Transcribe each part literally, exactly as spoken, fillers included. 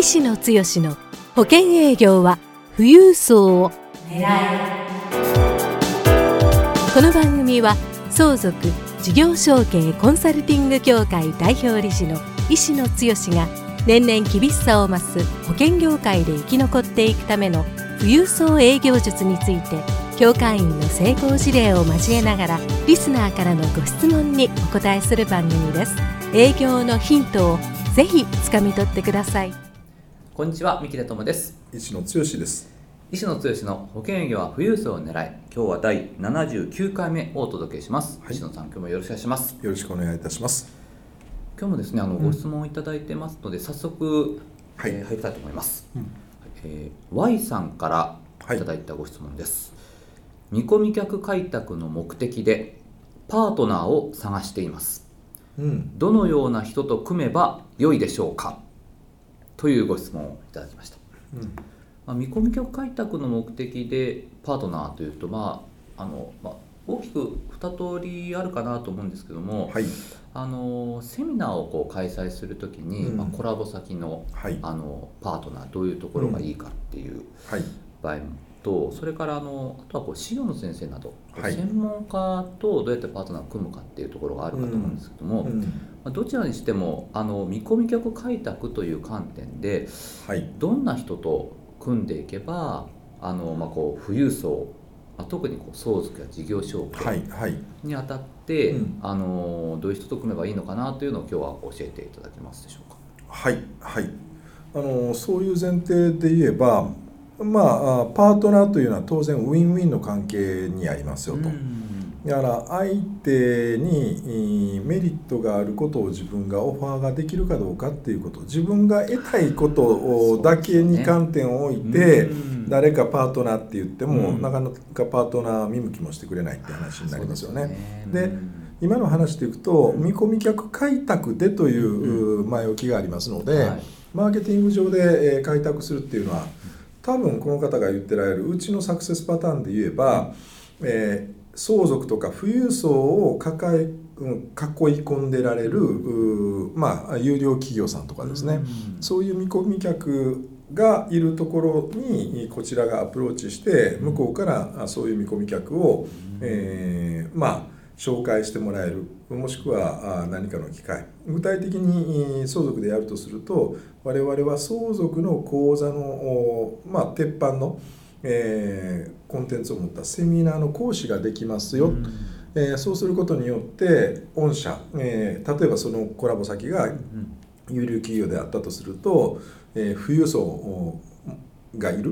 石野剛の保険営業は富裕層を狙え。この番組は相続事業承継コンサルティング協会代表理事の石野剛が年々厳しさを増す保険業界で生き残っていくための富裕層営業術について、協会員の成功事例を交えながらリスナーからのご質問にお答えする番組です。営業のヒントをぜひつかみ取ってください。 こんにちは、三木田智です。 石野剛です。 石野剛の保険営業は富裕層を狙い、今日はだいななじゅうきゅうかいめをお届けします、はい、石野さん、今日もよろしくお願いします。 よろしくお願いいたします。 今日もですね、あの、うん、ご質問をいただいてますので早速、 はい、 えー、入りたいと思います、 うんえー、Y さんからいただいたご質問です、はい、見込み客開拓の目的でパートナーを探しています、うん、どのような人と組めば良いでしょうか、というご質問をいただきました、うん、まあ、見込み客開拓の目的でパートナーというと、まああのまあ、大きくに通りあるかなと思うんですけども、はい、あのセミナーをこう開催するときに、うん、まあ、コラボ先 の,、はい、あのパートナーどういうところがいいかっていう場合と、それからあのあとはこう資料の先生など、はい、専門家とどうやってパートナーを組むかっていうところがあるかと思うんですけども、うんうん、まあ、どちらにしてもあの見込み客開拓という観点で、はい、どんな人と組んでいけばあの、まあ、こう富裕層、まあ、特にこう相続や事業承継にあたって、はいはい、うん、あのどういう人と組めばいいのかなというのを今日は教えていただけますでしょうか。 はい、はい、あのそういう前提で言えば、まあ、パートナーというのは当然ウィンウィンの関係にありますよと。だから相手にメリットがあることを自分がオファーができるかどうかっていうこと、自分が得たいことだけに観点を置いて誰かパートナーって言ってもなかなかパートナー見向きもしてくれないって話になりますよね。で、今の話でいくと見込み客開拓でという前置きがありますので、マーケティング上で開拓するっていうのは多分この方が言ってられるうちのサクセスパターンで言えば、えー相続とか富裕層を抱え、囲い込んでられる、まあ、有料企業さんとかですね、うん、そういう見込み客がいるところにこちらがアプローチして向こうからそういう見込み客を、うん、えー、まあ紹介してもらえる、もしくは何かの機会、具体的に相続でやるとすると、我々は相続の講座の、まあ、鉄板のえー、コンテンツを持ったセミナーの講師ができますよ、うん、えー、そうすることによって御社、えー、例えばそのコラボ先が有料企業であったとすると、えー、富裕層がいる、うん、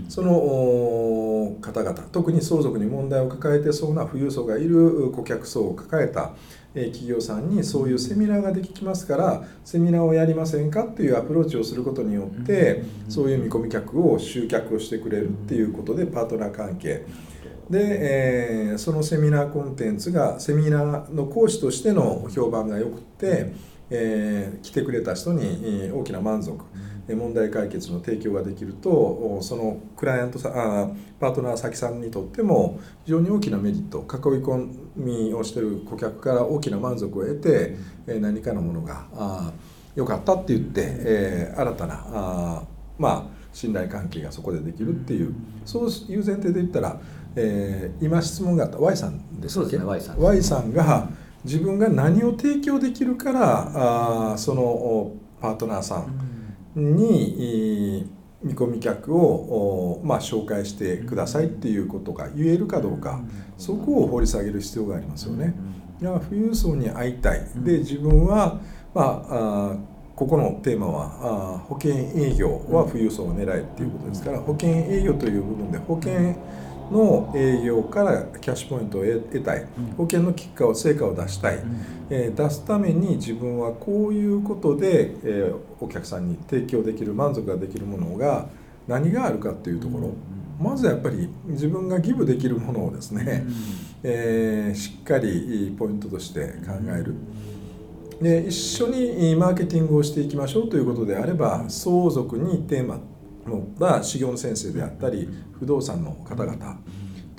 その方々、特に相続に問題を抱えてそうな富裕層がいる顧客層を抱えた企業さんにそういうセミナーができますから、セミナーをやりませんかっていうアプローチをすることによってそういう見込み客を集客をしてくれるっていうことでパートナー関係で、えー、そのセミナーコンテンツがセミナーの講師としての評判がよくて、えー、来てくれた人に大きな満足、問題解決の提供ができると、そのクライアントさん、あパートナー先さんにとっても非常に大きなメリット、囲い込みをしている顧客から大きな満足を得て、うん、何かのものがあ良かったって言って、えー、新たなあ、まあ、信頼関係がそこでできるっていう、そういう前提で言ったら、えー、今質問があった Y さんですね。 そうですね、Y さん。 Y さんが自分が何を提供できるからあそのパートナーさんに見込み客を、まあ、紹介してくださいっていうことが言えるかどうか、そこを掘り下げる必要がありますよね。いや、富裕層に会いたい。で、自分は、まあ、あここのテーマはあ保険営業は富裕層を狙えっていうことですから、保険営業という部分で保険の営業からキャッシュポイントを得たい、保険の結果を成果を出したい、えー、出すために自分はこういうことで、えー、お客さんに提供できる満足ができるものが何があるかっていうところ、まずやっぱり自分がギブできるものをですね、えー、しっかりポイントとして考える。で、一緒にマーケティングをしていきましょうということであれば、相続にテーマの修行の先生であったり不動産の方々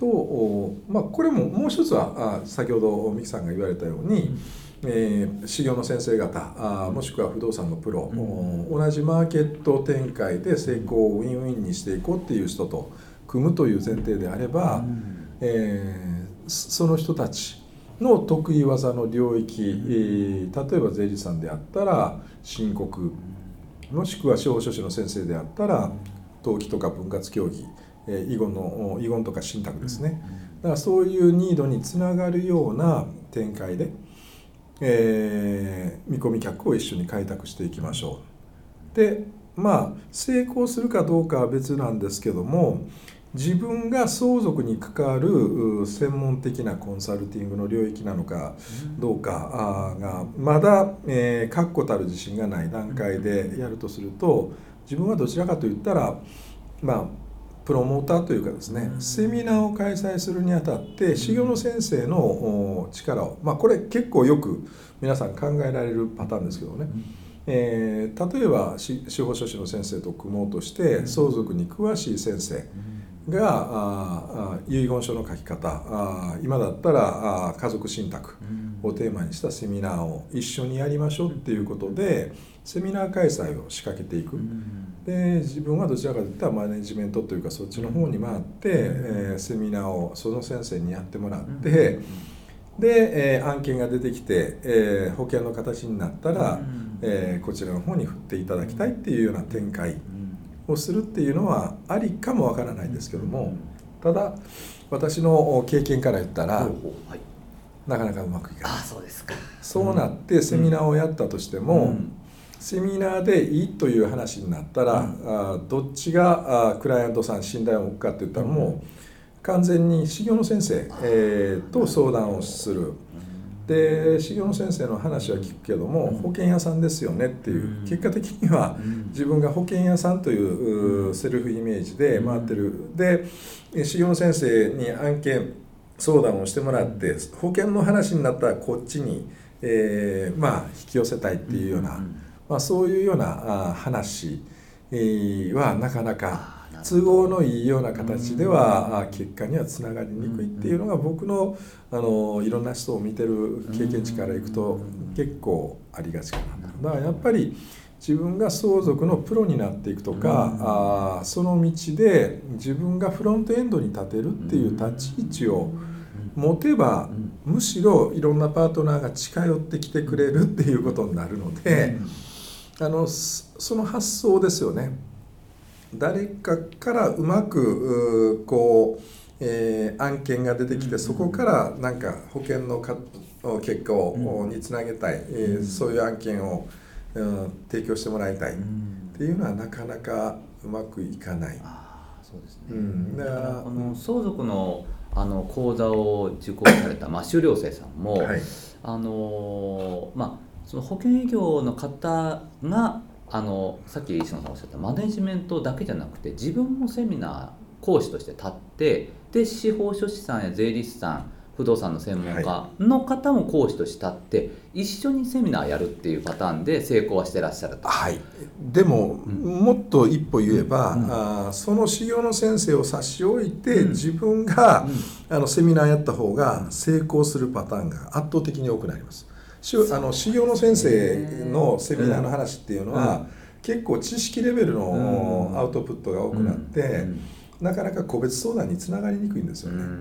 と、まあ、これももう一つはあ先ほど三木さんが言われたように、うんえー、修行の先生方あもしくは不動産のプロ、うん、同じマーケット展開で成功をウィンウィンにしていこうっていう人と組むという前提であれば、うんえー、その人たちの得意技の領域、うんえー、例えば税理士さんであったら申告、もしくは司法書士の先生であったら登記とか分割協議、えー、遺言の遺言とか信託ですね。だからそういうニードにつながるような展開でえー、見込み客を一緒に開拓していきましょう。でまあ成功するかどうかは別なんですけども、自分が相続に関わる専門的なコンサルティングの領域なのかどうかがまだ、えー、確固たる自信がない段階でやるとすると、自分はどちらかといったらまあプロモーターというかですね、セミナーを開催するにあたって修行の先生の力を、まあこれ結構よく皆さん考えられるパターンですけどね、えー、例えば司法書士の先生と組もうとして相続に詳しい先生があ遺言書の書き方、あ今だったらあ家族信託をテーマにしたセミナーを一緒にやりましょうっていうことでセミナー開催を仕掛けていく。で自分はどちらかといったらマネジメントというかそっちの方に回って、えー、セミナーをその先生にやってもらって、で、えー、案件が出てきて、えー、保険の形になったら、えー、こちらの方に振っていただきたいっていうような展開をするっていうのはありかもわからないですけども、ただ私の経験から言ったら、はい、なかなかうまくいかない。 あ、そうですか。 そうなってセミナーをやったとしても、うん、セミナーでいいという話になったら、うん、あどっちがあクライアントさん信頼を置くかって言ったらもう、うん、完全に修行の先生、えー、と相談をする。で修行の先生の話は聞くけども、うん、保険屋さんですよねっていう、うん、結果的には、うん、自分が保険屋さんという、うん、セルフイメージで回ってる。で修行の先生に案件相談をしてもらって保険の話になったらこっちに、えー、まあ引き寄せたいっていうような、うんまあ、そういうような話はなかなか都合のいいような形では結果にはつながりにくいっていうのが僕の、あのいろんな人を見てる経験値からいくと結構ありがちかな。だからやっぱり自分が相続のプロになっていくとか、あその道で自分がフロントエンドに立てるっていう立ち位置を持てば、むしろいろんなパートナーが近寄ってきてくれるっていうことになるので、あのその発想ですよね。誰かからうまくこう、えー、案件が出てきて、そこからなんか保険のか結果を、につなげたい、えー、そういう案件を、うん、提供してもらいたいっていうのはなかなかうまくいかない。 あそうですね、 うん、 だからあの相続のあの講座を受講されたマシュ良生さんも、はい、あのまあその保険営業の方があのさっき石野さんおっしゃったマネジメントだけじゃなくて自分もセミナー講師として立ってで司法書士さんや税理士さん不動産の専門家の方も講師として立って一緒にセミナーやるっていうパターンで成功はしてらっしゃると。 はい、でも、うん、もっと一歩言えば、うん、あその修行の先生を差し置いて、うん、自分が、うん、あのセミナーやった方が成功するパターンが圧倒的に多くなります。あの修行の先生のセミナーの話っていうのは、うん、結構知識レベルのアウトプットが多くなって、うんうん、なかなか個別相談につながりにくいんですよね、うん、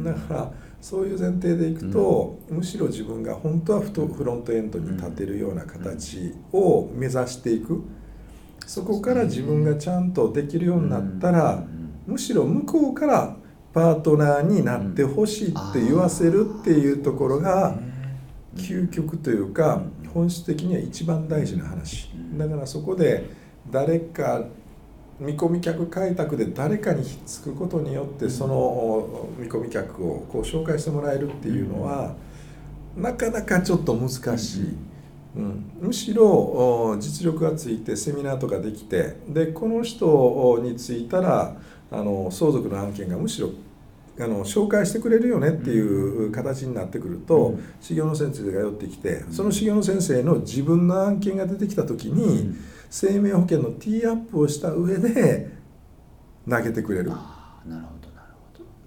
だからそういう前提でいくと、うん、むしろ自分が本当はフロントエンドに立てるような形を目指していく。そこから自分がちゃんとできるようになったら、むしろ向こうからパートナーになってほしいって言わせるっていうところが究極というか本質的には一番大事な話だから、そこで誰か見込み客開拓で誰かにひっつくことによってその見込み客をこう紹介してもらえるっていうのはなかなかちょっと難しい、うん、むしろ実力がついてセミナーとかできて、でこの人についたらあの相続の案件がむしろあの紹介してくれるよねっていう形になってくると、うん、修行の先生が寄ってきて、その修行の先生の自分の案件が出てきた時に、うん、生命保険のティーアップをした上で投げてくれる。 あ、なるほどなるほど。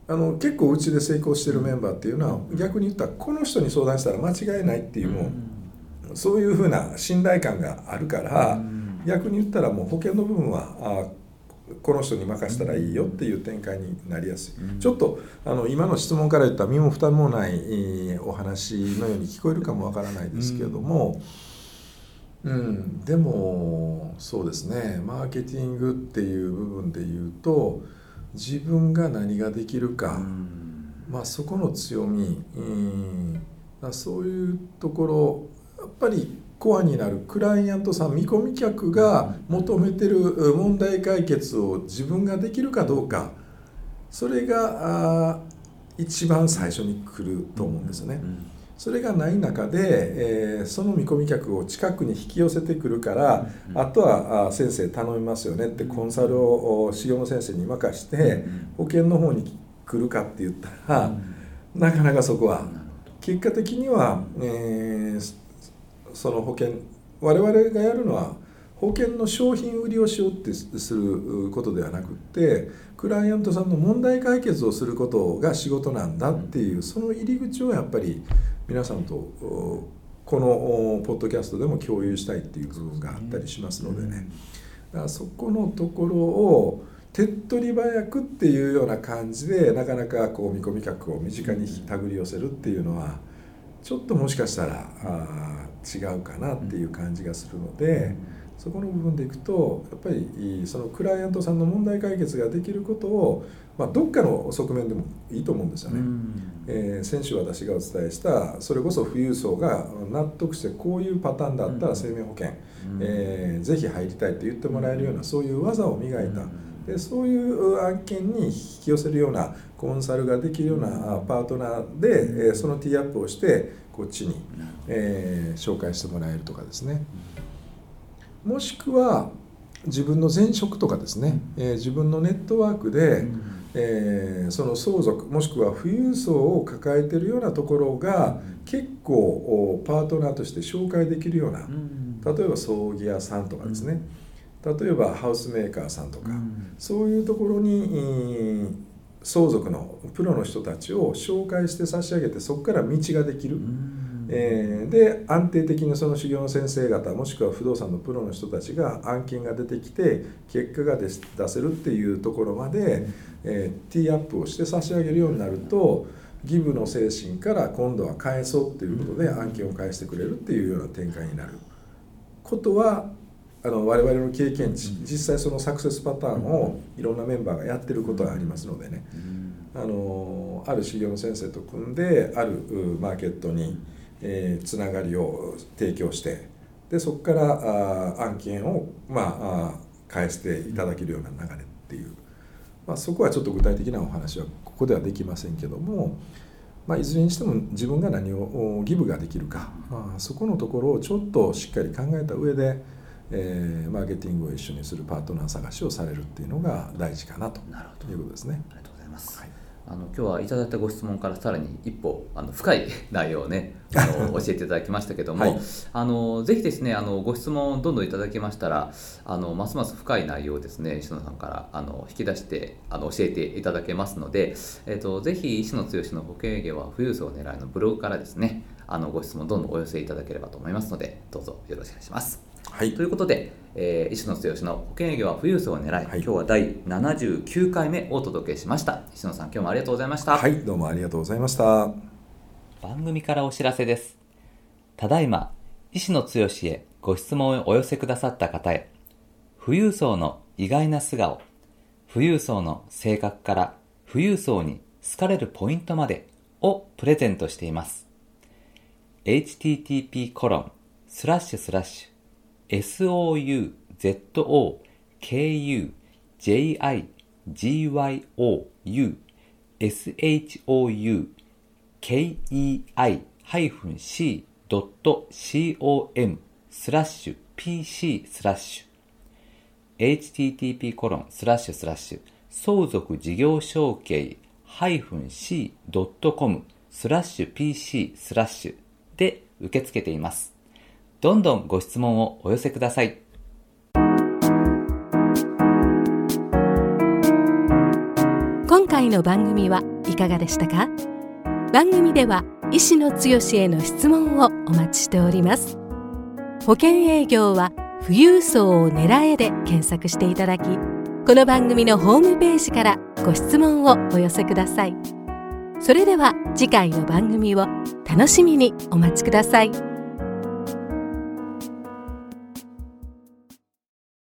あの結構うちで成功してるメンバーっていうのは逆に言ったらこの人に相談したら間違いないっていうもうそういうふうな信頼感があるから逆に言ったらもう保険の部分はあこの人に任せたらいいよっていう展開になりやすい。ちょっとあの今の質問から言ったら身も蓋もないお話のように聞こえるかもわからないですけれども、うん、でもそうですねマーケティングっていう部分で言うと自分が何ができるか、まあ、そこの強み、うん、そういうところやっぱりコアになるクライアントさん見込み客が求めてる問題解決を自分ができるかどうかそれが一番最初に来ると思うんですよね。それがない中で、えー、その見込み客を近くに引き寄せてくるから、うん、あとはあ先生頼みますよねってコンサルを修行の先生に任して、うん、保険の方に来るかって言ったら、うん、なかなかそこは結果的には、えー、その保険我々がやるのは保険の商品売りをしようってすることではなくってクライアントさんの問題解決をすることが仕事なんだっていうその入り口をやっぱり皆さんとこのポッドキャストでも共有したいっていう部分があったりしますのでねだからそこのところを手っ取り早くっていうような感じでなかなかこう見込み客を身近に手繰り寄せるっていうのはちょっともしかしたらあ違うかなっていう感じがするのでそこの部分でいくとやっぱりそのクライアントさんの問題解決ができることを、まあ、どっかの側面でもいいと思うんですよね、うんえー、先週私がお伝えしたそれこそ富裕層が納得してこういうパターンだったら生命保険、うんえー、ぜひ入りたいと言ってもらえるようなそういう技を磨いたでそういう案件に引き寄せるようなコンサルができるようなパートナーで、えー、そのティーアップをしてこっちに、えー、紹介してもらえるとかですねもしくは自分の前職とかですね、えー、自分のネットワークで、うんえー、その相続もしくは富裕層を抱えているようなところが結構パートナーとして紹介できるような例えば葬儀屋さんとかですね例えばハウスメーカーさんとか、うん、そういうところに相続のプロの人たちを紹介して差し上げてそこから道ができる、うんえー、で安定的にその修行の先生方もしくは不動産のプロの人たちが案件が出てきて結果が出せるっていうところまで、えー、ティーアップをして差し上げるようになるとギブの精神から今度は返そうっていうことで案件を返してくれるっていうような展開になることはあの我々の経験値実際そのサクセスパターンをいろんなメンバーがやってることがありますのでねあのある修行の先生と組んであるマーケットに、えー、つながりを提供してでそこからあ案件を、まあ、あ返していただけるような流れっていう、まあ、そこはちょっと具体的なお話はここではできませんけども、まあ、いずれにしても自分が何をギブができるか、まあ、そこのところをちょっとしっかり考えた上でえー、マーケティングを一緒にするパートナー探しをされるっていうのが大事かなということですね。 ありがとうございます、はい、あの今日はいただいたご質問からさらに一歩あの深い内容をねあの教えていただきましたけども、はい、あのぜひですねあのご質問をどんどんいただきましたらあのますます深い内容をですね石野さんからあの引き出してあの教えていただけますので、えー、とぜひ石野剛の保険営業は富裕層を狙いのブログからですねあのご質問どんどんお寄せいただければと思いますのでどうぞよろしくお願いします。はい、ということで、えー、石野剛の保険営業は富裕層を狙い、はい、今日はだいななじゅうきゅうかいめをお届けしました。石野さん今日もありがとうございました。 はいどうもありがとうございました。 番組からお知らせです。ただいま石野剛へご質問をお寄せくださった方へ富裕層の意外な素顔富裕層の性格から富裕層に好かれるポイントまでをプレゼントしています。 エイチティーティーピーコロンスラッシュスラッシュエスオーユーゼットオーケーユージェイアイジーワイオーユーエスエイチオーユーケーイーアイシードットコムスラッシュピーシースラッシュ エイチティーティーピーコロンスラッシュスラッシュ相続事業承継 -c ドットコムスラッシュピーシースラッシュで受け付けています。どんどんご質問をお寄せください。 今回の番組はいかがでしたか？番組では石野剛への質問をお待ちしております。保険営業は富裕層を狙えで検索していただき、この番組のホームページからご質問をお寄せください。それでは次回の番組を楽しみにお待ちください。